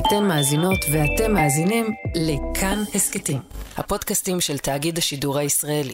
אתן מאזינות ואתם מאזינים לכאן הסקטים, הפודקאסטים של תאגיד השידור הישראלי.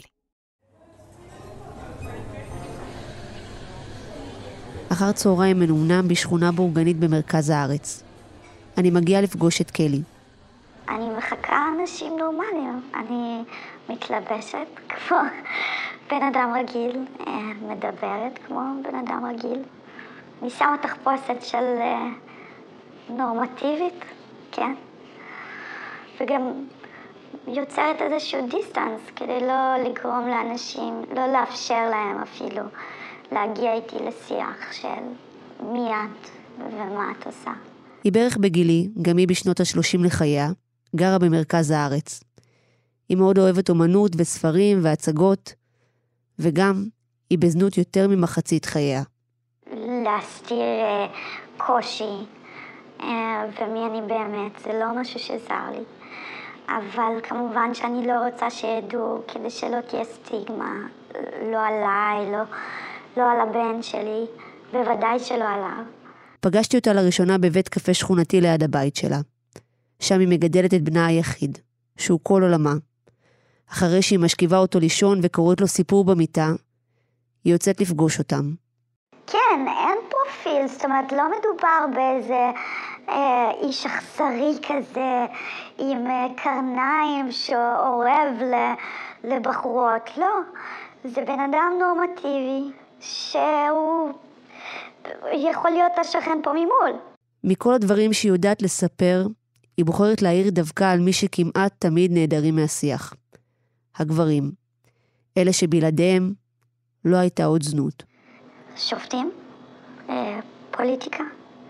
אחר צהריים מנומנם בשכונה בורגנית במרכז הארץ. אני מגיעה לפגוש את קלי. אני מחכה אנשים נורמליים. אני מתלבשת כמו בן אדם רגיל, מדברת כמו בן אדם רגיל. אני שמה תחפושת של נורמטיבית, כן? וגם יוצרת איזשהו דיסטנס כדי לא לגרום לאנשים, לא לאפשר להם אפילו להגיע איתי לשיח של מי את ומה את עושה. היא בערך בגילי, גם היא בשנות ה-30 לחייה, גרה במרכז הארץ. היא מאוד אוהבת אומנות וספרים והצגות, וגם היא בזנות יותר ממחצית חייה. להסתיר קושי ומי אני באמת, זה לא משהו שזר לי. אבל כמובן שאני לא רוצה שידעו כדי שלא תהיה סטיגמה, לא עליי, לא על הבן שלי, בוודאי שלא עליו. פגשתי אותה לראשונה בבית קפה שכונתי ליד הבית שלה. שם היא מגדלת את בנה היחיד, שהוא כל עולמה. אחרי שהיא משכיבה אותו לישון וקוראת לו סיפור במיטה, היא יוצאת לפגוש אותם. כן, אין פרופיל, זאת אומרת, לא מדובר באיזה איש אכזרי כזה, עם קרניים שעורב לבחורות, לא. זה בן אדם נורמטיבי, שהוא יכול להיות השכן פה ממול. מכל הדברים שהיא יודעת לספר, היא בוחרת להעיר דווקא על מי שכמעט תמיד נעדרים מהשיח. הגברים. אלה שבלעדיהם לא הייתה עוד זנות. שופטים, פוליטיקה,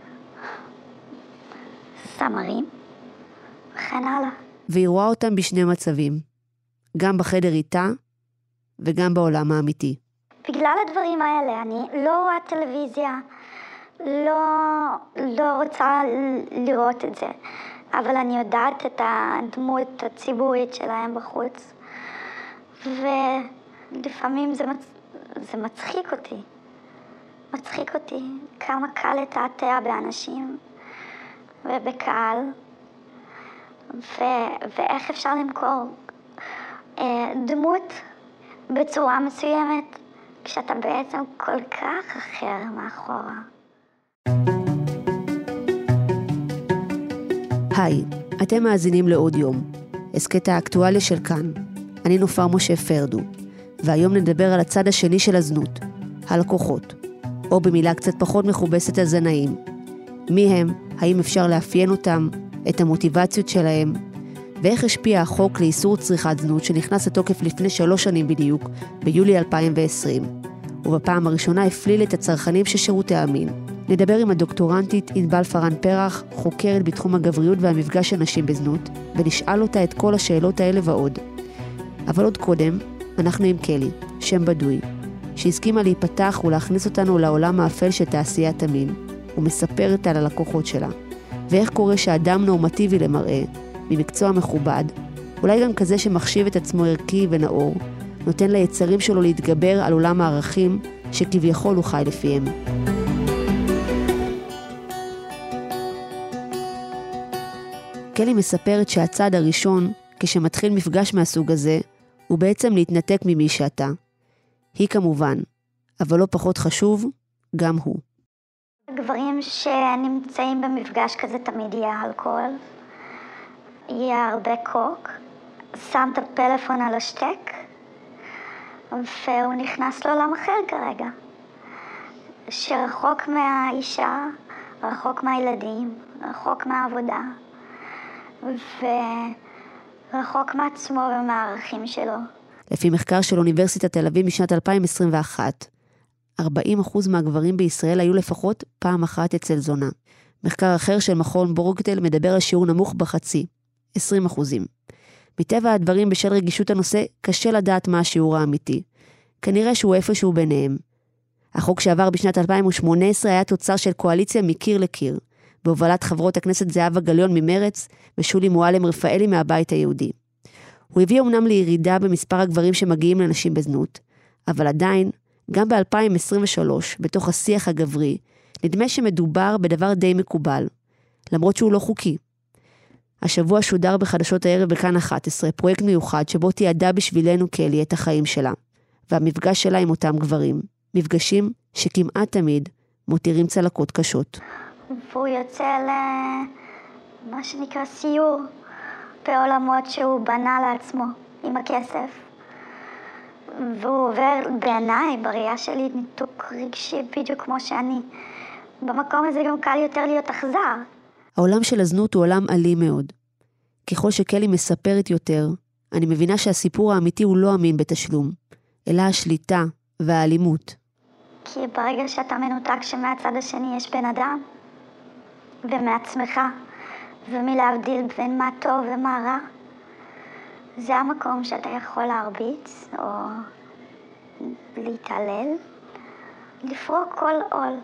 סמרים, וכן הלאה. והיא רואה אותם בשני מצבים. גם בחדר איתה, וגם בעולם האמיתי. בגלל הדברים האלה, אני לא רואה טלוויזיה, לא רוצה לראות את זה. אבל אני יודעת את הדמות הציבורית שלהם בחוץ. ולפעמים זה מצחיק אותי. מצחיק אותי כמה קל לתעתע באנשים ובקהל. ואיך אפשר למכור דמות בצורה מסוימת כשאתה בעצם כל כך אחר מאחורה. היי, אתם מאזינים לעוד יום, הסקט האקטואליה של כאן. אני נופר משה פרדו, והיום נדבר על הצד השני של הזנות, הלקוחות, או במילה קצת פחות מכובסת הזנאים. מי הם, האם אפשר לאפיין אותם, את המוטיבציות שלהם, ואיך השפיע החוק לאיסור צריכת זנות שנכנס לתוקף לפני 3 שנים בדיוק, ביולי 2020, ובפעם הראשונה הפליל את הצרכנים של שירותי המין. נדבר עם הדוקטורנטית ענבל פרן פרח, חוקרת בתחום הגבריות והמפגש של נשים בזנות, ונשאל אותה את כל השאלות האלה ועוד. אבל עוד קודם, אנחנו עם קלי, שם בדוי, שהסכימה להיפתח ולהכניס אותנו לעולם האפל של תעשיית המין, ומספרת על הלקוחות שלה. ואיך קורה שאדם נורמטיבי למראה, ממקצוע מכובד, אולי גם כזה שמחשיב את עצמו ערכי ונאור, נותן ליצרים שלו להתגבר על עולם הערכים שכביכול הוא חי לפיהם. קלי מספרת שהצעד הראשון, כשמתחיל מפגש מהסוג הזה, הוא בעצם להתנתק ממי שאתה. היא כמובן, אבל לא פחות חשוב, גם הוא. גברים שנמצאים במפגש כזה תמיד יהיה אלכוהול, יהיה הרבה קוק, שם את הפלאפון על השטק, והוא נכנס לעולם אחר כרגע. שרחוק מהאישה, רחוק מהילדים, רחוק מהעבודה, ורחוק מעצמו ומהערכים שלו. לפי מחקר של אוניברסיטת תל אביב משנת 2021, 40% מהגברים בישראל היו לפחות פעם אחת אצל זונה. מחקר אחר של מכון בורקטל מדבר על שיעור נמוך בחצי, 20%. מטבע הדברים בשל רגישות הנושא קשה לדעת מה השיעור האמיתי. כנראה שהוא איפשהו ביניהם. החוק שעבר בשנת 2018 היה תוצר של קואליציה מקיר לקיר, בהובלת חברות הכנסת זהבה גליון ממרץ ושולי מועלם רפאלי מהבית היהודי. הוא הביא אומנם לירידה במספר הגברים שמגיעים לנשים בזנות, אבל עדיין, גם ב-2023, בתוך השיח הגברי, נדמה שמדובר בדבר די מקובל, למרות שהוא לא חוקי, השבוע שודר בחדשות הערב בכאן 11, פרויקט מיוחד שבו תיעדה בשבילנו קלי את החיים שלה, והמפגש שלה עם אותם גברים. מפגשים שכמעט תמיד מותירים צלקות קשות. והוא יוצא למה שנקרא סיור בעולמות שהוא בנה לעצמו עם הכסף. והוא עובר בעיניי, בראייה שלי, ניתוק רגשי בדיוק כמו שאני. במקום הזה גם קל יותר להיות אכזר. העולם של הזנות הוא עולם אלים מאוד. ככל שקלי מספרת יותר, אני מבינה שהסיפור האמיתי הוא לא אמין בתשלום, אלא השליטה והאלימות. כי ברגע שאתה מנותק שמהצד השני יש בן אדם, ומעצמך, ומלהבדיל בין מה טוב ומה רע, זה המקום שאתה יכול להרביץ, או להתעלל, לפרוק כל עול.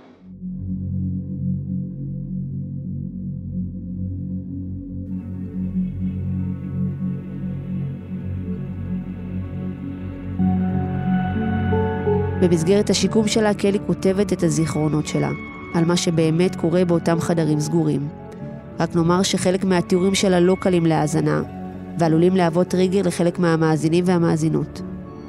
במסגרת השיקום שלה, קלי כותבת את הזיכרונות שלה, על מה שבאמת קורה באותם חדרים סגורים. רק נאמר שחלק מהתיאורים שלה לא קלים להאזנה, ועלולים להוות טריגר לחלק מהמאזינים והמאזינות.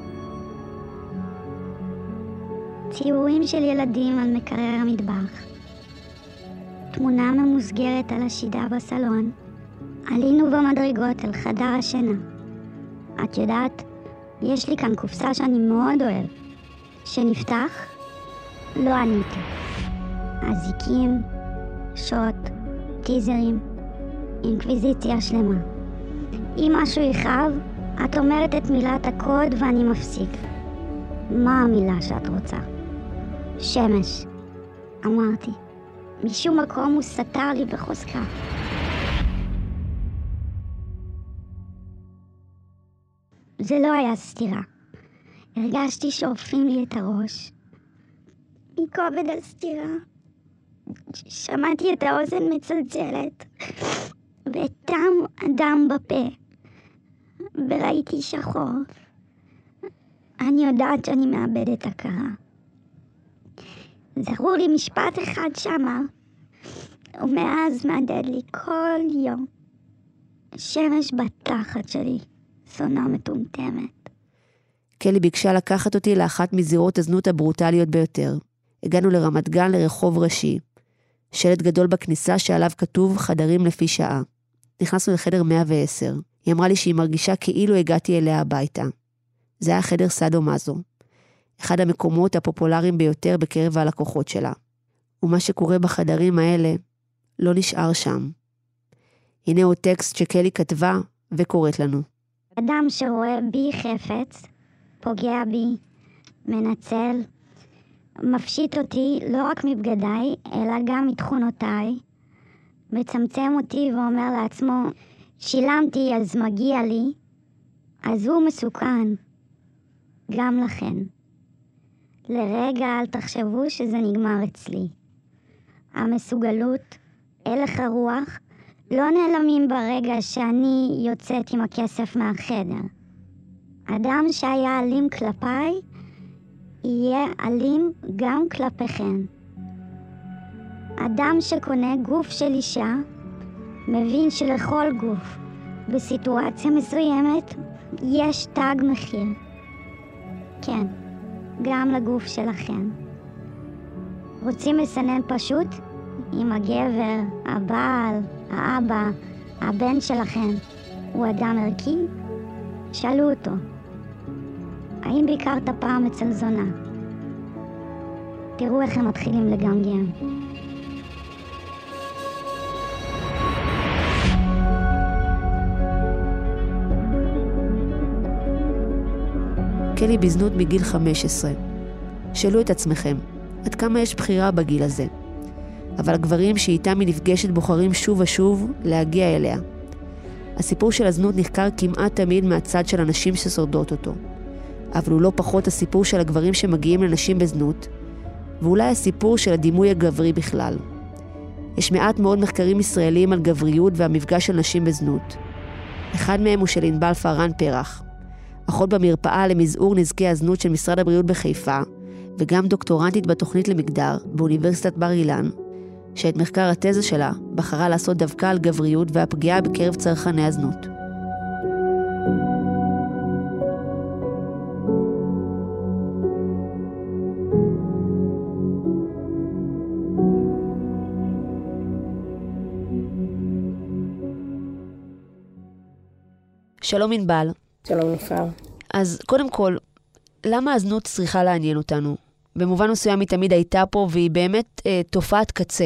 תיאורים של ילדים על מקרר המטבח. תמונה ממוסגרת על השידה בסלון. עלינו במדרגות אל חדר השינה. את יודעת, יש לי כאן קופסה שאני מאוד אוהב. שנפתח, לא עניתי. אזיקים, שוט, טיזרים, אינקוויזיציה שלמה. אם משהו יכאב, את אומרת את מילת הקוד ואני מפסיק. מה המילה שאת רוצה? שמש. אמרתי. משום מקום הוא סתר לי בחוזקה. זה לא היה סתירה. הרגשתי שעופים לי את הראש. מכובד הסתירה. שמעתי את האוזן מצלצלת. ואת טעם הדם בפה. וראיתי שחור. אני יודעת שאני מאבדת הכרה. זכור לי משפט אחד שאמר, ומאז מעדד לי כל יום. שמש בתחת שלי, שונה מטומטמת. קלי ביקשה לקחת אותי לאחת מזירות הזנות הברוטליות ביותר. הגענו לרמת גן לרחוב ראשי. שלט גדול בכניסה שעליו כתוב חדרים לפי שעה. נכנסנו לחדר 110. היא אמרה לי שהיא מרגישה כאילו הגעתי אליה הביתה. זה היה חדר סאדו מאזו. אחד המקומות הפופולריים ביותר בקרב הלקוחות שלה. ומה שקורה בחדרים האלה לא נשאר שם. הנה הוא טקסט שקלי כתבה וקוראת לנו. אדם שרואה בי חפץ, פוגע בי, מנצל, מפשיט אותי לא רק מבגדיי, אלא גם מתכונותיי, מצמצם אותי ואומר לעצמו, שילמתי אז מגיע לי, אז הוא מסוכן, גם לכן. לרגע אל תחשבו שזה נגמר אצלי. המסוגלות, הלך הרוח, לא נעלמים ברגע שאני יוצאת עם הכסף מהחדר. אדם שהיה אלים כלפיי, יהיה אלים גם כלפיכם. אדם שקונה גוף של אישה, מבין שלכל גוף, בסיטואציה מסוימת, יש תג מחיר. כן, גם לגוף שלכם. רוצים לסנן פשוט? אם הגבר, הבעל, האבא, הבן שלכם, הוא אדם ערכי? שאלו אותו. האם ביקרת פעם אצל זונה? תראו איך הם מתחילים לגמגם. קלי בזנות בגיל 15. שאלו את עצמכם, עד כמה יש בחירה בגיל הזה? אבל הגברים שאיתם היא נפגשת בוחרים שוב ושוב להגיע אליה. הסיפור של הזנות נחקר כמעט תמיד מהצד של אנשים ששורדות אותו. אבל הוא לא פחות הסיפור של הגברים שמגיעים לנשים בזנות, ואולי הסיפור של הדימוי הגברי בכלל. יש מעט מאוד מחקרים ישראלים על גבריות והמפגש של נשים בזנות. אחד מהם הוא של ענבל פארן פרח, אחות במרפאה למזעור נזקי הזנות של משרד הבריאות בחיפה, וגם דוקטורנטית בתוכנית למגדר באוניברסיטת בר אילן, שאת מחקר התזה שלה בחרה לעשות דווקא על גבריות והפגיעה בקרב צרכני הזנות. שלום ענבל. שלום נופר. אז קודם כל, למה הזנות צריכה לעניין אותנו? במובן מסוים היא תמיד הייתה פה, והיא באמת תופעת קצה.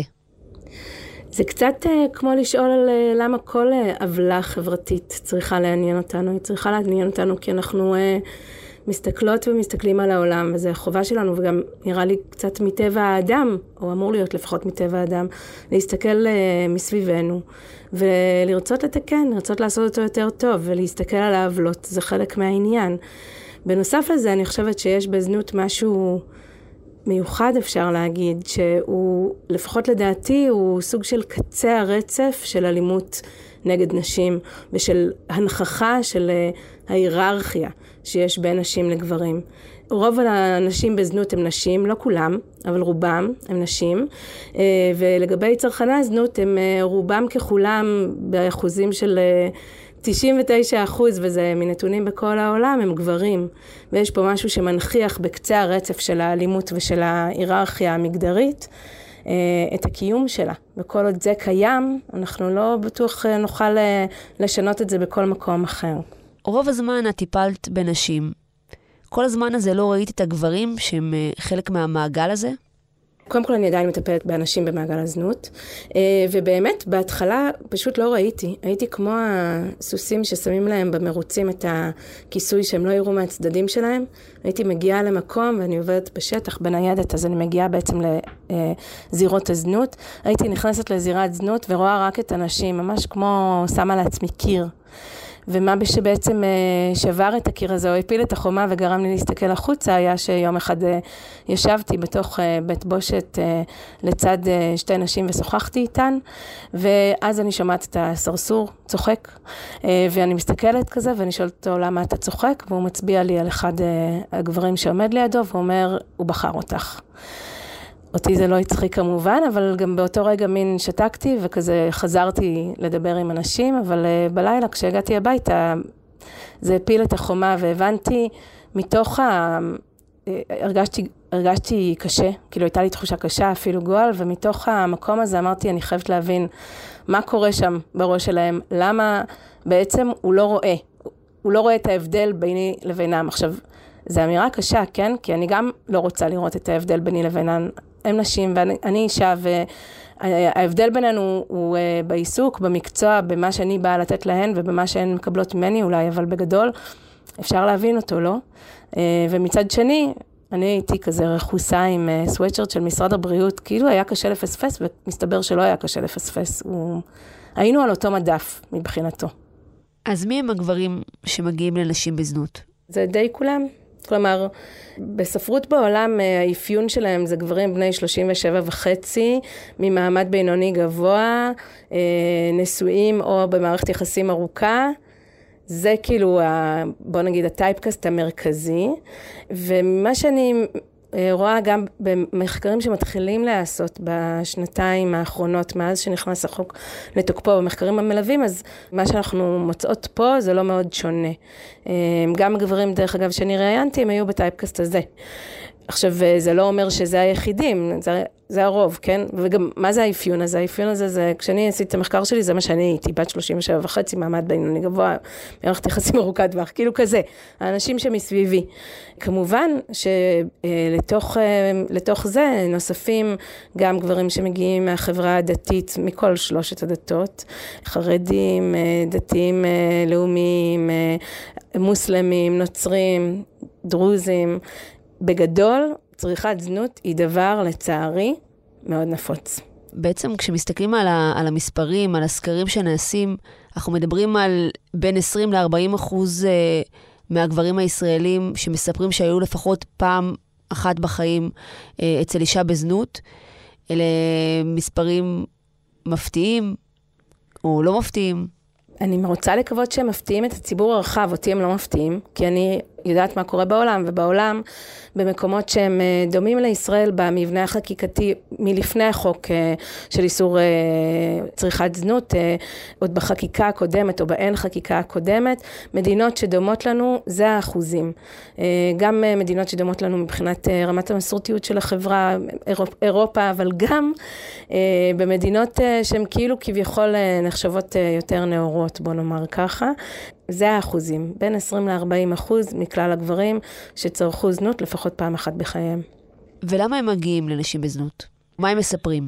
זה קצת כמו לשאול על למה כל עוולה חברתית צריכה לעניין אותנו. היא צריכה לעניין אותנו כי אנחנו מסתכלות ומסתכלים על העולם, וזו החובה שלנו, וגם נראה לי קצת מטבע האדם, או אמור להיות לפחות מטבע האדם, להסתכל מסביבנו, ולרצות לתקן, לרצות לעשות אותו יותר טוב, ולהסתכל על העוולות, זה חלק מהעניין. בנוסף לזה, אני חושבת שיש בזנות משהו מיוחד, אפשר להגיד, שהוא, לפחות לדעתי, הוא סוג של קצה הרצף של אלימות נגד נשים, ושל הנכחה של ההיררכיה שיש בין נשים לגברים. רוב האנשים בזנות הם נשים, לא כולם, אבל רובם הם נשים, ולגבי צרכני הזנות הם רובם ככולם באחוזים של 99%, וזה מנתונים בכל העולם, הם גברים. ויש פה משהו שמנחיח בקצה הרצף של האלימות ושל ההיררכיה המגדרית, את הקיום שלה. וכל עוד זה קיים, אנחנו לא בטוח נוכל לשנות את זה בכל מקום אחר. רוב הזמן את טיפלת בנשים. כל הזמן הזה לא ראית את הגברים שהם חלק מהמעגל הזה? קודם כל אני עדיין מטפלת באנשים במעגל הזנות, ובאמת בהתחלה פשוט לא ראיתי. הייתי כמו הסוסים ששמים להם במרוצים את הכיסוי שהם לא יראו מהצדדים שלהם. הייתי מגיעה למקום ואני עובדת בשטח בניידת, אז אני מגיעה בעצם לזירות הזנות. הייתי נכנסת לזירת זנות ורואה רק את הנשים, ממש כמו שמה לעצמי קיר. ומה שבעצם שבר את הקיר הזה, או הפיל את החומה וגרם לי להסתכל החוצה, היה שיום אחד ישבתי בתוך בית בושת לצד שתי נשים ושוחחתי איתן, ואז אני שומעת את הסרסור צוחק, ואני מסתכלת כזה ואני שואלת אותו למה אתה צוחק, והוא מצביע לי על אחד הגברים שעומד לידו, והוא אומר, הוא בחר אותך. אותי זה לא הצחיק כמובן, אבל גם באותו רגע מין שתקתי, וכזה חזרתי לדבר עם אנשים, אבל בלילה כשהגעתי הביתה, זה הפיל את החומה, והבנתי מתוך הרגשתי קשה, כאילו הייתה לי תחושה קשה, אפילו גועל, ומתוך המקום הזה אמרתי, אני חייבת להבין מה קורה שם בראש שלהם, למה בעצם הוא לא רואה את ההבדל ביני לבינם. עכשיו, זו אמירה קשה, כן? כי אני גם לא רוצה לראות את ההבדל ביני לבינן. הם נשים ואני אישה, וההבדל בינינו הוא בעיסוק, במקצוע, במה שאני באה לתת להן, ובמה שהן מקבלות ממני אולי, אבל בגדול אפשר להבין אותו, לא? ומצד שני, אני הייתי כזה רחוסה עם סוואטשרט של משרד הבריאות, כאילו היה קשה לפספס, ומסתבר שלא היה קשה לפספס. היינו על אותו מדף מבחינתו. אז מי הם הגברים שמגיעים לנשים בזנות? זה די כולם. כלומר, בספרות בעולם האפיון שלהם זה גברים בני 37.5, ממעמד בינוני גבוה, נשואים או במערכת יחסים ארוכה. זה כאילו, בוא נגיד, הטייפקאסט המרכזי. ומה שאני רואה גם במחקרים שמתחילים לעשות בשנתיים האחרונות, מאז שנכנס החוק לתוקפו במחקרים המלווים, אז מה שאנחנו מוצאות פה זה לא מאוד שונה. גם הגברים, דרך אגב, שאני ראיינתי, הם היו בטייפקאסט הזה. עכשיו, זה לא אומר שזה היחידים, זה הרוב, כן? וגם, מה זה האפיון הזה? האפיון הזה זה, כשאני עשיתי את המחקר שלי, זה מה שאני הייתי, בת 37.5, מעמד בינוני גבוה, מערכת יחסים ארוכת טווח, כאילו כזה, האנשים שמסביבי. כמובן שלתוך זה נוספים גם גברים שמגיעים מהחברה הדתית, מכל שלושת הדתות, חרדים, דתיים לאומיים, מוסלמים, נוצרים, דרוזים. בגדול, צריכת זנות היא דבר, לצערי, מאוד נפוץ. בעצם כשמסתכלים על המספרים, על הסקרים שנעשים, אנחנו מדברים על בין 20-40% מהגברים הישראלים שמספרים שהיו לפחות פעם אחת בחיים אצל אישה בזנות. אלה מספרים מפתיעים או לא מפתיעים. אני רוצה לקוות שהם מפתיעים את הציבור הרחב, אותי הם לא מפתיעים, כי אני יודעת מה קורה בעולם, ובעולם במקומות שהם דומים לישראל במבנה החקיקתי מלפני החוק של איסור צריכת זנות, עוד בחקיקה הקודמת או באין חקיקה הקודמת, מדינות שדומות לנו זה האחוזים. גם מדינות שדומות לנו מבחינת רמת המסורתיות של החברה, אירופה, אבל גם במדינות שהן כאילו כביכול נחשבות יותר נאורות, בוא נאמר ככה. זה האחוזים, בין 20-40% מכלל הגברים שצרכו זנות לפחות פעם אחת בחייהם. ולמה הם מגיעים לנשים בזנות? מה הם מספרים?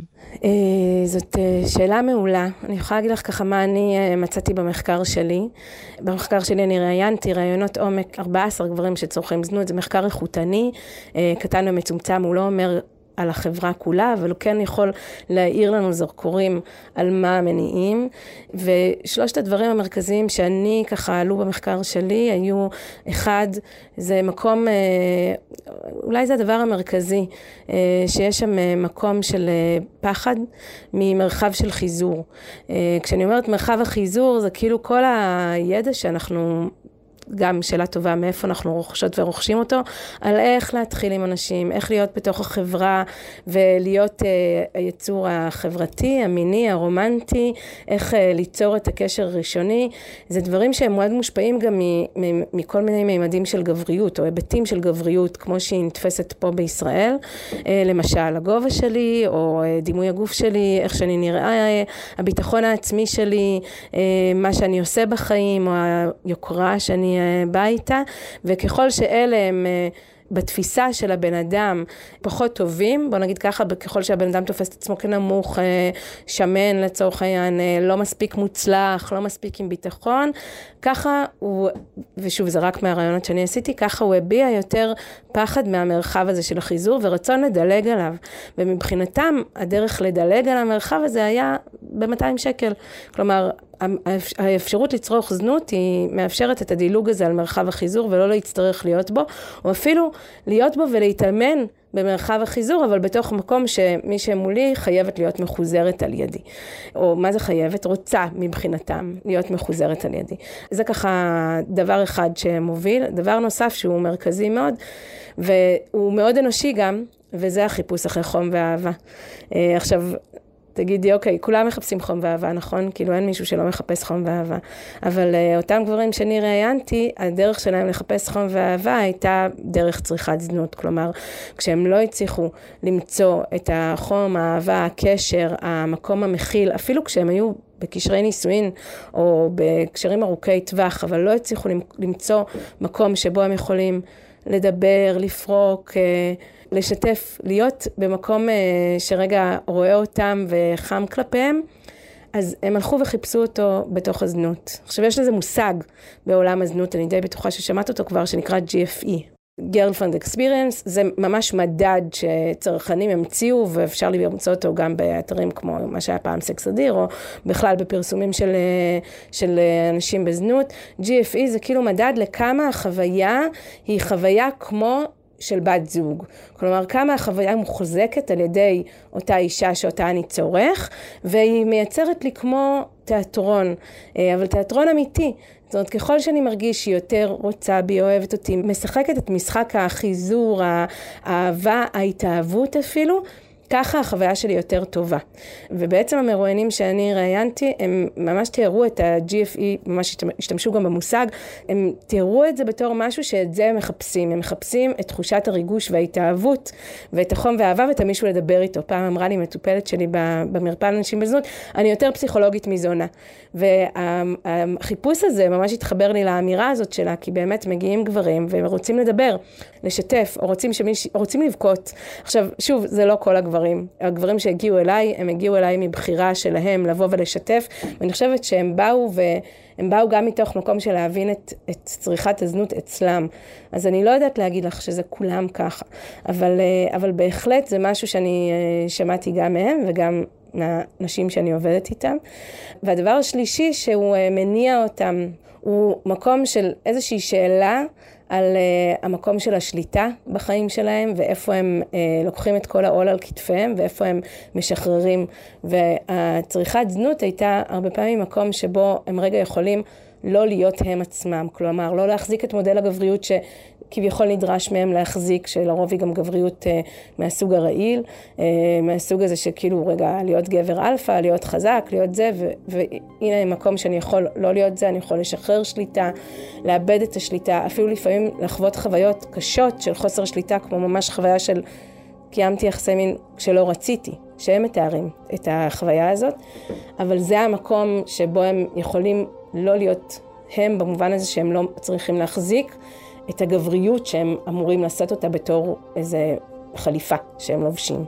זאת שאלה מעולה. אני יכולה להגיד לך ככה מה אני מצאתי במחקר שלי. במחקר שלי אני ראיינתי ראיונות עומק 14 גברים שצורכים זנות. זה מחקר איכותני, קטן ומצומצם, הוא לא אומר על החברה כולה, אבל הוא כן יכול להאיר לנו זרקורים על מה המניעים. ושלושת הדברים המרכזיים שאני ככה עלו במחקר שלי היו, אחד, זה מקום, אולי זה הדבר המרכזי, שיש שם מקום של פחד ממרחב של חיזור. כשאני אומרת מרחב החיזור, זה כאילו כל הידע שאנחנו גם שאלה טובה מאיפה אנחנו רוכשות ורוכשים אותו, על איך להתחיל עם אנשים, איך להיות בתוך החברה ולהיות היצור החברתי, המיני, הרומנטי, איך ליצור את הקשר הראשוני. זה דברים שהם מאוד מושפעים גם מכל מיני מימדים של גבריות, או היבטים של גבריות, כמו שהיא נתפסת פה בישראל. למשל, הגובה שלי, או דימוי הגוף שלי, איך שאני נראה, הביטחון העצמי שלי, מה שאני עושה בחיים, או היוקרה שאני באה איתה, וככל שאלה הם בתפיסה של הבן אדם פחות טובים, בוא נגיד ככה, ככל שהבן אדם תופס את עצמו כנמוך, שמן לצורך העניין, לא מספיק מוצלח, לא מספיק עם ביטחון, ככה הוא, ושוב זה רק מהרעיונות שאני עשיתי, ככה הוא הביע יותר פחד מהמרחב הזה של החיזור, ורצון לדלג עליו. ומבחינתם, הדרך לדלג על המרחב הזה היה ב-200 שקל. כלומר, האפשרות לצרוך זנות היא מאפשרת את הדילוג הזה על מרחב החיזור ולא להצטרך להיות בו, או אפילו להיות בו ולהתאמן במרחב החיזור, אבל בתוך מקום שמי שמולי חייבת להיות מחוזרת על ידי. או מה זה חייבת? רוצה מבחינתם להיות מחוזרת על ידי. זה ככה דבר אחד שמוביל. דבר נוסף שהוא מרכזי מאוד, והוא מאוד אנושי גם, וזה החיפוש אחרי חום ואהבה. עכשיו, תגידי, אוקיי, כולם מחפשים חום ואהבה, נכון? כאילו אין מישהו שלא מחפש חום ואהבה. אבל אותם גברים שאני ראיינתי, הדרך שלהם לחפש חום ואהבה הייתה דרך צריכת זנות. כלומר, כשהם לא הצליחו למצוא את החום, האהבה, הקשר, המקום המכיל, אפילו כשהם היו בקשרי נישואין או בקשרים ארוכי טווח, אבל לא הצליחו למצוא מקום שבו הם יכולים לדבר, לפרוק, לשתף, להיות במקום שרגע רואה אותם וחם כלפיהם, אז הם הלכו וחיפשו אותו בתוך הזנות. עכשיו יש לזה מושג בעולם הזנות, אני די בטוחה ששמעת אותו כבר, שנקרא GFE. Girlfriend Experience, זה ממש מדד שצרכנים המציאו, ואפשר למצוא אותו גם באתרים כמו מה שהיה פעם סקס אדיר, או בכלל בפרסומים של אנשים בזנות. GFE זה כאילו מדד לכמה החוויה היא חוויה כמו של בת זוג. כלומר, כמה החוויה מוחזקת על ידי אותה אישה שאותה אני צורך, והיא מייצרת לי כמו תיאטרון, אבל תיאטרון אמיתי. זאת אומרת, ככל שאני מרגיש שהיא יותר רוצה בי, אוהבת אותי, משחקת את משחק החיזור, האהבה, ההתאהבות אפילו, ככה החוויה שלי יותר טובה. ובעצם המרואיינים שאני ראיינתי, הם ממש תיארו את ה-GFE, ממש השתמשו גם במושג, הם תיארו את זה בתור משהו שאת זה הם מחפשים. הם מחפשים את תחושת הריגוש וההתאהבות, ואת החום והאהבה, ואת מישהו לדבר איתו. פעם אמרה לי מטופלת שלי במרפאה לאנשים בזנות, אני יותר פסיכולוגית מזונה. והחיפוש הזה ממש התחבר לי לאמירה הזאת שלה, כי באמת מגיעים גברים, והם רוצים לדבר, לשתף, או רוצים לבכות. עכשיו, שוב, זה לא כל הגברים. הגברים שהגיעו אליי, הם הגיעו אליי מבחירה שלהם לבוא ולשתף, ואני חושבת שהם באו גם מתוך מקום של להבין את צריכת הזנות אצלם. אז אני לא יודעת להגיד לך שזה כולם ככה, אבל בהחלט זה משהו שאני שמעתי גם מהם, וגם מהנשים שאני עובדת איתם. והדבר השלישי שהוא מניע אותם, הוא מקום של איזושהי שאלה על המקום של השליטה בחיים שלהם, ואיפה הם לוקחים את כל העול על כתפיהם, ואיפה הם משחררים. והצריכת זנות הייתה הרבה פעמים מקום שבו הם רגע יכולים לא להיות הם עצמם, כלומר, לא להחזיק את מודל הגבריות שכביכול נדרש מהם להחזיק, שלרוב היא גם גבריות מהסוג הרעיל, מהסוג הזה שכאילו רגע להיות גבר אלפא, להיות חזק, להיות זה, והנה מקום שאני יכול לא להיות זה, אני יכול לשחרר שליטה, לאבד את השליטה, אפילו לפעמים לחוות חוויות קשות של חוסר שליטה, כמו ממש חוויה של קיימתי יחסי מין שלא רציתי, שהם מתארים את החוויה הזאת, אבל זה המקום שבו הם יכולים לא להיות הם, במובן הזה שהם לא צריכים להחזיק את הגבריות שהם אמורים לשאת אותה בתור איזה חליפה שהם לובשים.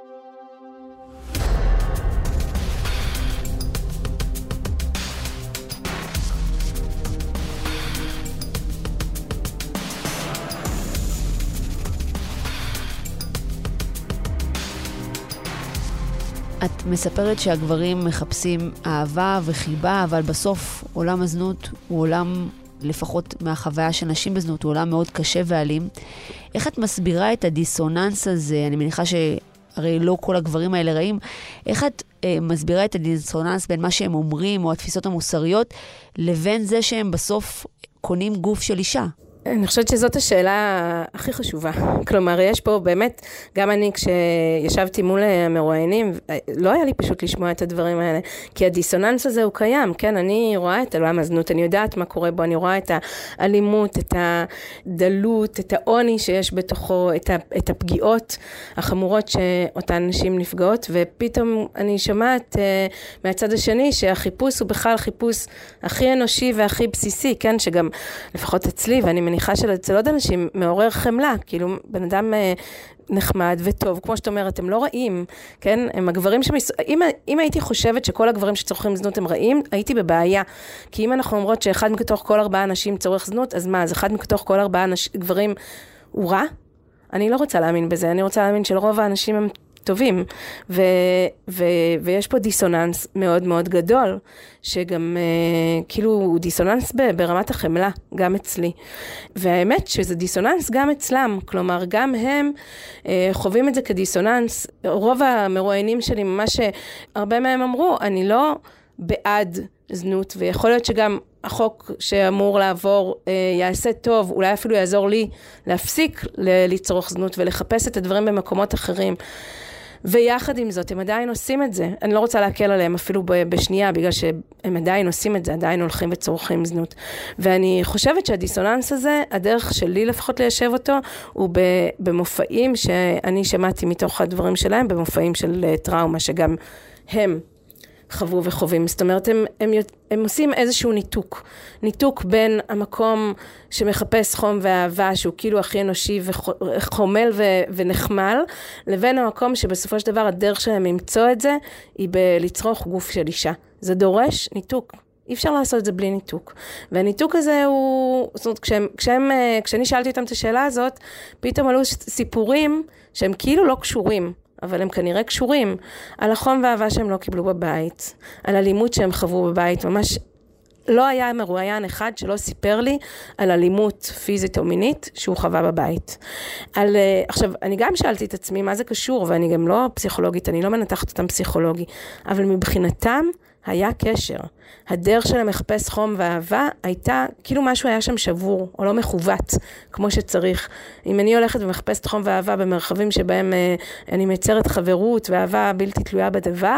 את מספרת שהגברים מחפשים אהבה וחיבה, אבל בסוף עולם הזנות הוא עולם, לפחות מהחוויה של נשים בזנות, הוא עולם מאוד קשה ואלים. איך את מסבירה את הדיסוננס הזה? אני מניחה שהרי לא כל הגברים האלה רעים. איך את מסבירה את הדיסוננס בין מה שהם אומרים, או התפיסות המוסריות, לבין זה שהם בסוף קונים גוף של אישה? אני חושבת שזאת השאלה הכי חשובה. כלומר, יש פה באמת, גם אני כשישבתי מול המרואיינים, לא היה לי פשוט לשמוע את הדברים האלה, כי הדיסוננס הזה הוא קיים, כן? אני רואה את עולם הזנות, אני יודעת מה קורה בו, אני רואה את האלימות, את הדלות, את העוני שיש בתוכו, את הפגיעות החמורות שאותן נשים נפגעות, ופתאום אני שומעת מהצד השני שהחיפוש הוא בכלל חיפוש הכי אנושי והכי בסיסי, כן? שגם לפחות אצלי, ואני מניחה שאצל עוד אנשים מעורר חמלה, כאילו בן אדם נחמד וטוב, כמו שאת אומרת, הם לא רעים, כן? הם הגברים אם הייתי חושבת שכל הגברים שצורכים זנות הם רעים, הייתי בבעיה. כי אם אנחנו אומרות שאחד מתוך כל 4 אנשים צורך זנות, אז מה? אז אחד מתוך כל 4 גברים הוא רע? אני לא רוצה להאמין בזה, אני רוצה להאמין שלרוב האנשים הם טובים, ויש פה דיסוננס מאוד מאוד גדול, שגם כאילו הוא דיסוננס ברמת החמלה, גם אצלי. והאמת שזה דיסוננס גם אצלם, כלומר גם הם חווים את זה כדיסוננס. רוב המרואיינים שלי ממש הרבה מהם אמרו, אני לא בעד זנות, ויכול להיות שגם החוק שאמור לעבור יעשה טוב, אולי אפילו יעזור לי להפסיק לצרוך זנות ולחפש את הדברים במקומות אחרים. ויחד עם זאת, הם עדיין עושים את זה. אני לא רוצה להקל עליהם אפילו בשנייה, בגלל שהם עדיין עושים את זה, עדיין הולכים וצורכים זנות. ואני חושבת שהדיסוננס הזה, הדרך שלי לפחות ליישב אותו, הוא במופעים שאני שמעתי מתוך הדברים שלהם, במופעים של טראומה, שגם הם חוו וחווים. זאת אומרת, הם עושים איזשהו ניתוק בין המקום שמחפש חום ואהבה, שהוא כאילו הכי אנושי וחומל ונחמל, לבין המקום שבסופו של דבר הדרך שלהם למצוא את זה, היא בלצרוך גוף של אישה. זה דורש ניתוק. אי אפשר לעשות את זה בלי ניתוק. והניתוק הזה הוא, זאת אומרת, כשאני שאלתי אותם את השאלה הזאת, פתאום עלו סיפורים שהם כאילו לא קשורים. אבל הם כנראה קשורים על החום והאהבה שהם לא קיבלו בבית, על אלימות שהם חוו בבית. ממש לא היה מרואיין אחד שלא סיפר לי על אלימות פיזית או מינית שהוא חווה בבית. עכשיו, אני גם שאלתי את עצמי מה זה קשור, ואני גם לא פסיכולוגית, אני לא מנתחת אותם פסיכולוגי, אבל מבחינתם היה קשר. הדרך שלהם מחפש חום ואהבה הייתה, כאילו משהו היה שם שבור, או לא מחוות, כמו שצריך. אם אני הולכת ומחפשת חום ואהבה במרחבים שבהם אני מייצרת חברות ואהבה בלתי תלויה בדבר,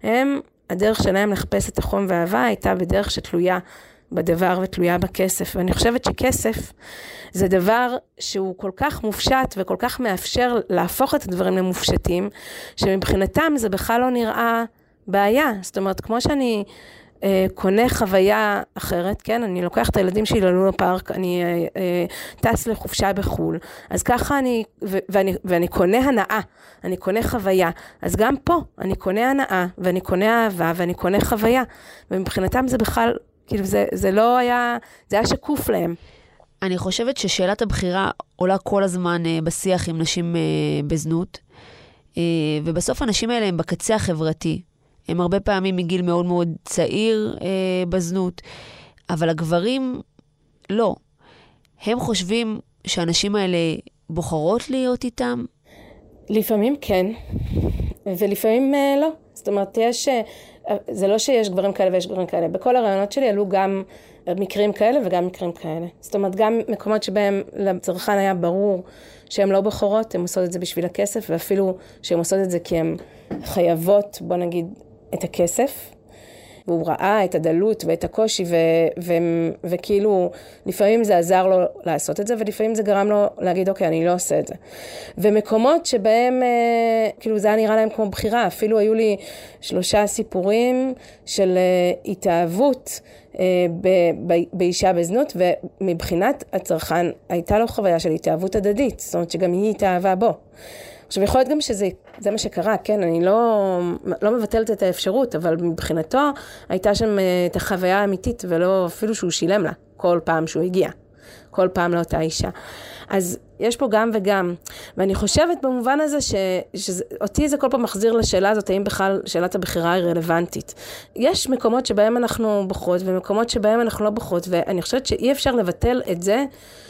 הדרך שלהם לחפש את החום ואהבה הייתה בדרך שתלויה בדבר ותלויה בכסף. ואני חושבת שכסף זה דבר שהוא כל כך מופשט וכל כך מאפשר להפוך את הדברים למופשטים, שמבחינתם זה בכלל לא נראה בעיה. זאת אומרת, כמו שאני קונה חוויה אחרת, כן? אני לוקח את הילדים שלי ללונה פארק, אני טס לחופשה בחול, אז ככה ואני קונה הנאה, אני קונה חוויה, אז גם פה אני קונה הנאה, ואני קונה אהבה, ואני קונה חוויה, ומבחינתם זה בכלל, כאילו זה לא היה, זה היה שקוף להם. אני חושבת ששאלת הבחירה עולה כל הזמן בשיח עם נשים בזנות, ובסוף הנשים האלה הם בקצה החברתי, הם הרבה פעמים מגיל מאוד מאוד צעיר בזנות, אבל הגברים לא. הם חושבים שהאנשים האלה בוחרות להיות איתם? לפעמים כן, ולפעמים לא. זאת אומרת, זה לא שיש גברים כאלה ויש גברים כאלה. בכל הרעיונות שלי עלו גם מקרים כאלה וגם מקרים כאלה. זאת אומרת, גם מקומות שבהם לצרכן היה ברור שהן לא בוחרות, הן עושות את זה בשביל הכסף, ואפילו שהן עושות את זה כי הן חייבות, בוא נגיד, את הכסף. והוא ראה את הדלות ואת הקושי, וכאילו, לפעמים זה עזר לו לעשות את זה, ולפעמים זה גרם לו להגיד, אוקיי, אני לא עושה את זה. ומקומות שבהם, כאילו, זה היה נראה להם כמו בחירה, אפילו היו לי 3 סיפורים של התאהבות באישה בזנות, ומבחינת הצרכן הייתה לו חוויה של התאהבות הדדית, זאת אומרת שגם היא התאהבה בו. עכשיו, יכול להיות גם שזה מה שקרה, כן, אני לא מבטלת את האפשרות, אבל מבחינתו הייתה שם את החוויה האמיתית, ולא אפילו שהוא שילם לה כל פעם שהוא הגיע, כל פעם לאותה אישה. אז יש פה גם וגם, ואני חושבת במובן הזה שאותי זה כל פעם מחזיר לשאלה הזאת, האם בכלל שאלת הבחירה היא רלוונטית. יש מקומות שבהם אנחנו בוחרות, ומקומות שבהם אנחנו לא בוחרות, ואני חושבת שאי אפשר לבטל את זה,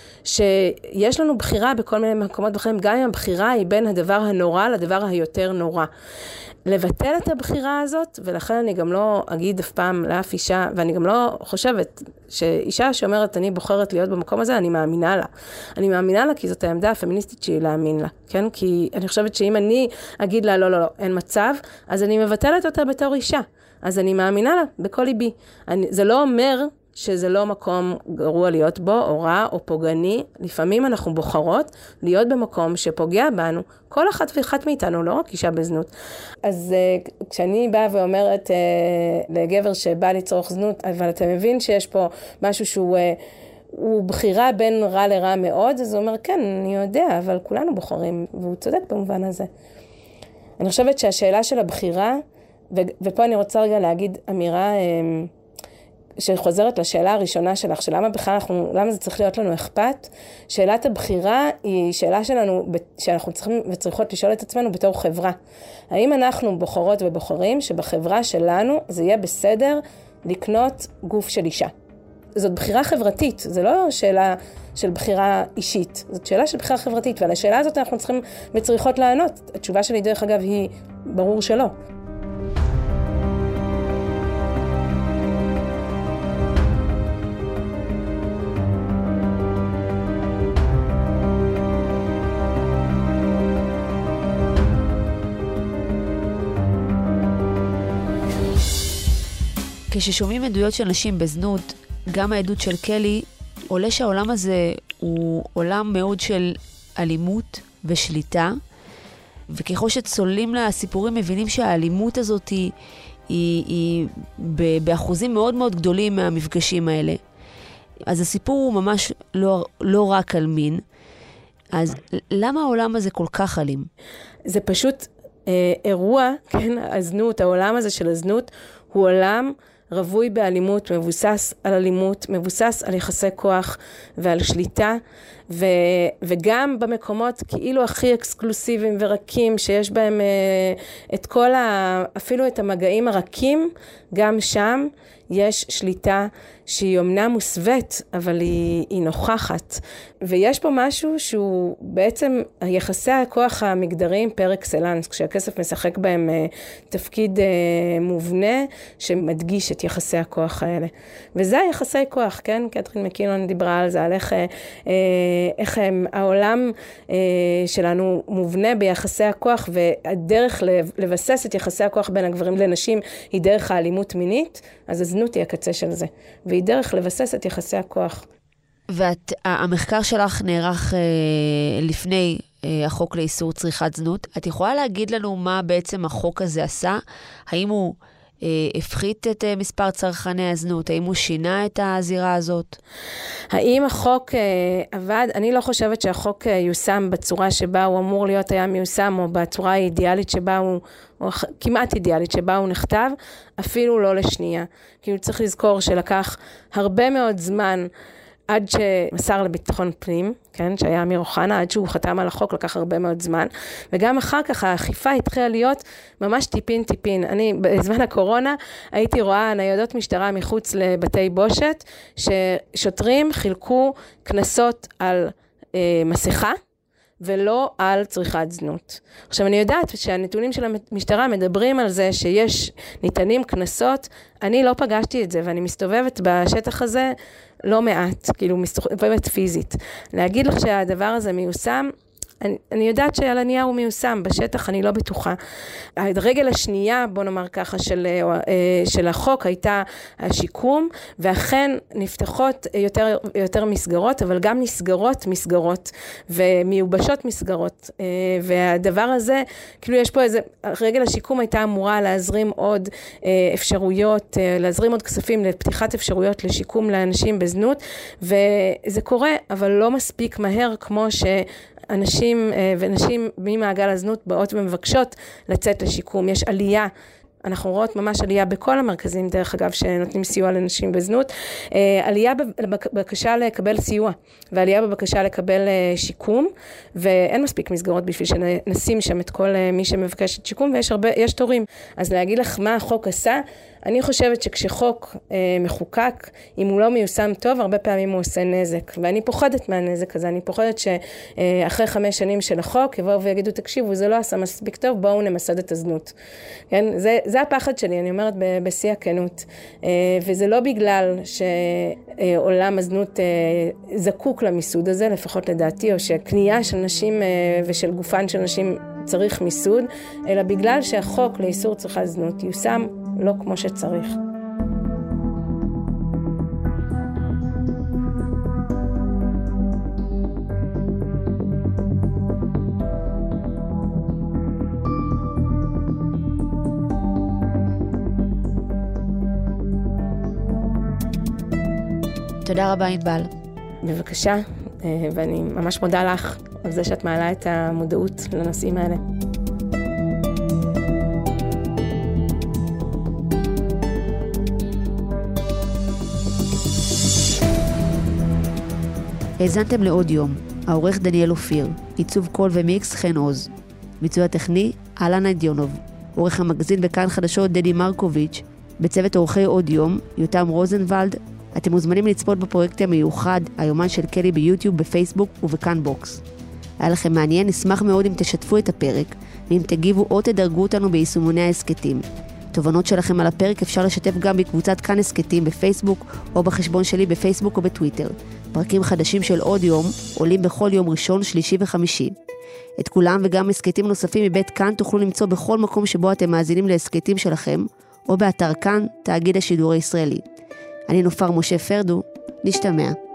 שיש לנו בחירה בכל מיני מקומות בחיים, גם אם הבחירה היא בין הדבר הנורא לדבר היותר נורא. לבטל את הבחירה הזאת, ולכן אני גם לא אגיד אף פעם לאף אישה, ואני גם לא חושבת שאישה שאומרת אני בוחרת להיות במקום הזה, אני מאמינה לה. אני מאמינה לה כי זאת העמדה הפמיניסטית שהיא להאמין לה, כן? כי אני חושבת שאם אני אגיד לה לא, אין מצב, אז אני מבטלת אותה בתור אישה. אז אני מאמינה לה בכל ליבי. זה לא אומר שזה לא מקום גרוע להיות בו, או רע, או פוגעני. לפעמים אנחנו בוחרות להיות במקום שפוגע בנו, כל אחת ואחת מאיתנו, לא רק אישה בזנות. אז כשאני באה ואומרת לגבר שבא לצרוך זנות, אבל אתה מבין שיש פה משהו שהוא בחירה בין רע לרע מאוד, אז הוא אומר, כן, אני יודע, אבל כולנו בוחרים, והוא צודק במובן הזה. אני חושבת שהשאלה של הבחירה, ופה אני רוצה רגע להגיד אמירה שחוזרת לשאלה הראשונה שלך, שלמה בכלל למה זה צריך להיות לנו אכפת? שאלת הבחירה היא שאלה שלנו, שאנחנו צריכים וצריכות לשאול את עצמנו בתור חברה. האם אנחנו בוחרות ובוחרים שבחברה שלנו זה יהיה בסדר לקנות גוף של אישה? זאת בחירה חברתית, זה לא שאלה של בחירה אישית, זאת שאלה של בחירה חברתית, ועל השאלה הזאת אנחנו צריכים וצריכות לענות. התשובה שלי דרך אגב היא ברור שלא. כששומעים עדויות של נשים בזנות, גם העדות של קלי, עולה שהעולם הזה הוא עולם מאוד של אלימות ושליטה, וככל שצוללים לסיפורים מבינים שהאלימות הזאת היא באחוזים מאוד מאוד גדולים מהמפגשים האלה. אז הסיפור הוא ממש לא רק על מין. אז למה העולם הזה כל כך אלים? זה פשוט אירוע, כן, הזנות, העולם הזה של הזנות, הוא עולם רווי באלימות, מבוסס על אלימות, מבוסס על יחסי כוח ועל שליטה, וגם במקומות כאילו הכי אקסקלוסיביים ורקים, שיש בהם את כל אפילו את המגעים הרקים, גם שם יש שליטה שהיא אומנם מוסווית, אבל היא נוכחת. ויש פה משהו שהוא בעצם יחסי הכוח המגדריים פר אקסלנס, כשהכסף משחק בהם תפקיד מובנה שמדגיש את יחסי הכוח האלה. וזה היחסי כוח, כן? קתרין מקינון דיברה על זה, על איך העולם שלנו מובנה ביחסי הכוח, והדרך לבסס את יחסי הכוח בין הגברים לנשים היא דרך האלימות מינית, אז הזנות היא הקצה של זה. והיא דרך לבסס את יחסי הכוח. והמחקר שלך נערך לפני החוק לאיסור צריכת זנות. את יכולה להגיד לנו מה בעצם החוק הזה עשה? האם הוא הפחית את מספר צרכני הזנות? האם הוא שינה את הזירה הזאת? האם החוק עבד? אני לא חושבת שהחוק יושם בצורה שבה הוא אמור להיות היה מיושם, או בצורה האידיאלית שבה הוא, או כמעט אידיאלית שבה הוא נכתב, אפילו לא לשנייה. כאילו צריך לזכור שלקח הרבה מאוד זמן עד שמסר לביטחון פנים, כן, שהיה אמיר אוחנה, עד שהוא חתם על החוק, לקח הרבה מאוד זמן, וגם אחר כך האכיפה התחילה להיות ממש טיפין. אני בזמן הקורונה הייתי רואה ניידות משטרה מחוץ לבתי בושת, ששוטרים חילקו קנסות על מסכה, ולא על צריכת זנות. עכשיו אני יודעת שהנתונים של המשטרה מדברים על זה שיש ניתנים קנסות, אני לא פגשתי את זה ואני מסתובבת בשטח הזה לא מעט, כאילו מסתובבת פיזית. להגיד לך שהדבר הזה מיושם, אני יודעת שעל הנייר הוא מיושם, בשטח אני לא בטוחה. הרגל השנייה, בוא נאמר ככה, של החוק הייתה השיקום, ואכן נפתחות יותר מסגרות, אבל גם נסגרות מסגרות, ומיובשות מסגרות. והדבר הזה, כאילו יש פה איזה, רגל השיקום הייתה אמורה להזרים עוד אפשרויות, להזרים עוד כספים לפתיחת אפשרויות לשיקום לאנשים בזנות, וזה קורה, אבל לא מספיק מהר כמו אנשים ונשים ממעגל הזנות באות ומבקשות לצאת לשיקום. יש עלייה, אנחנו רואות ממש עלייה בכל המרכזים, דרך אגב, שנותנים סיוע לנשים בזנות, עלייה בבקשה לקבל סיוע, ועלייה בבקשה לקבל שיקום, ואין מספיק מסגרות בשביל שנשים שם את כל מי שמבקשת שיקום, ויש תורים. אז להגיד לך מה החוק עשה, אני חושבת שכשחוק מחוקק, אם הוא לא מיושם טוב, הרבה פעמים הוא עושה נזק. ואני פוחדת מהנזק הזה, אני פוחדת שאחרי 5 שנים של החוק, יבואו ויגידו, תקשיבו, זה לא עשה מספיק טוב, בואו נמסד את הזנות. כן? זה הפחד שלי, אני אומרת בשיא הכנות. וזה לא בגלל שעולם הזנות זקוק למיסוד הזה, לפחות לדעתי, או שקנייה של נשים ושל גופן של נשים צריך מיסוד, אלא בגלל שהחוק לאיסור צריכת זנות יושם לא כמו שצריך. תודה רבה ענבל. בבקשה, ואני ממש מודה לך על זה שאת מעלה את המודעות לנושאים האלה. האזנתם לעוד יום, העורך דניאל אופיר, עיצוב קול ומיקס חן עוז, ביצוע טכני אלנה דיונוב, עורך המגזין בכאן חדשות דדי מרקוביץ', בצוות עורכי עוד יום יותם רוזנבלד. אתם מוזמנים לצפות בפרויקט המיוחד, היומן של קלי ביוטיוב, בפייסבוק ובכאן בוקס. היה לכם מעניין, נשמח מאוד אם תשתפו את הפרק, ואם תגיבו או תדרגו אותנו ביישומוני העסקתים. תובנות שלכם על הפרק אפשר לשתף גם בקבוצת כאן עסקתים בפייסבוק, או בחשבון שלי בפייסבוק או בטוויטר. פרקים חדשים של עוד יום עולים בכל יום ראשון, שלישי וחמישי. את כולם וגם עסקתים נוספים מבית כאן תוכלו למצוא בכל מקום שבו אתם מאזינים לעסקתים שלכם, או באתר כאן, תאגיד השידור הישראלי. אני נופר משה פרדו, נשתמע.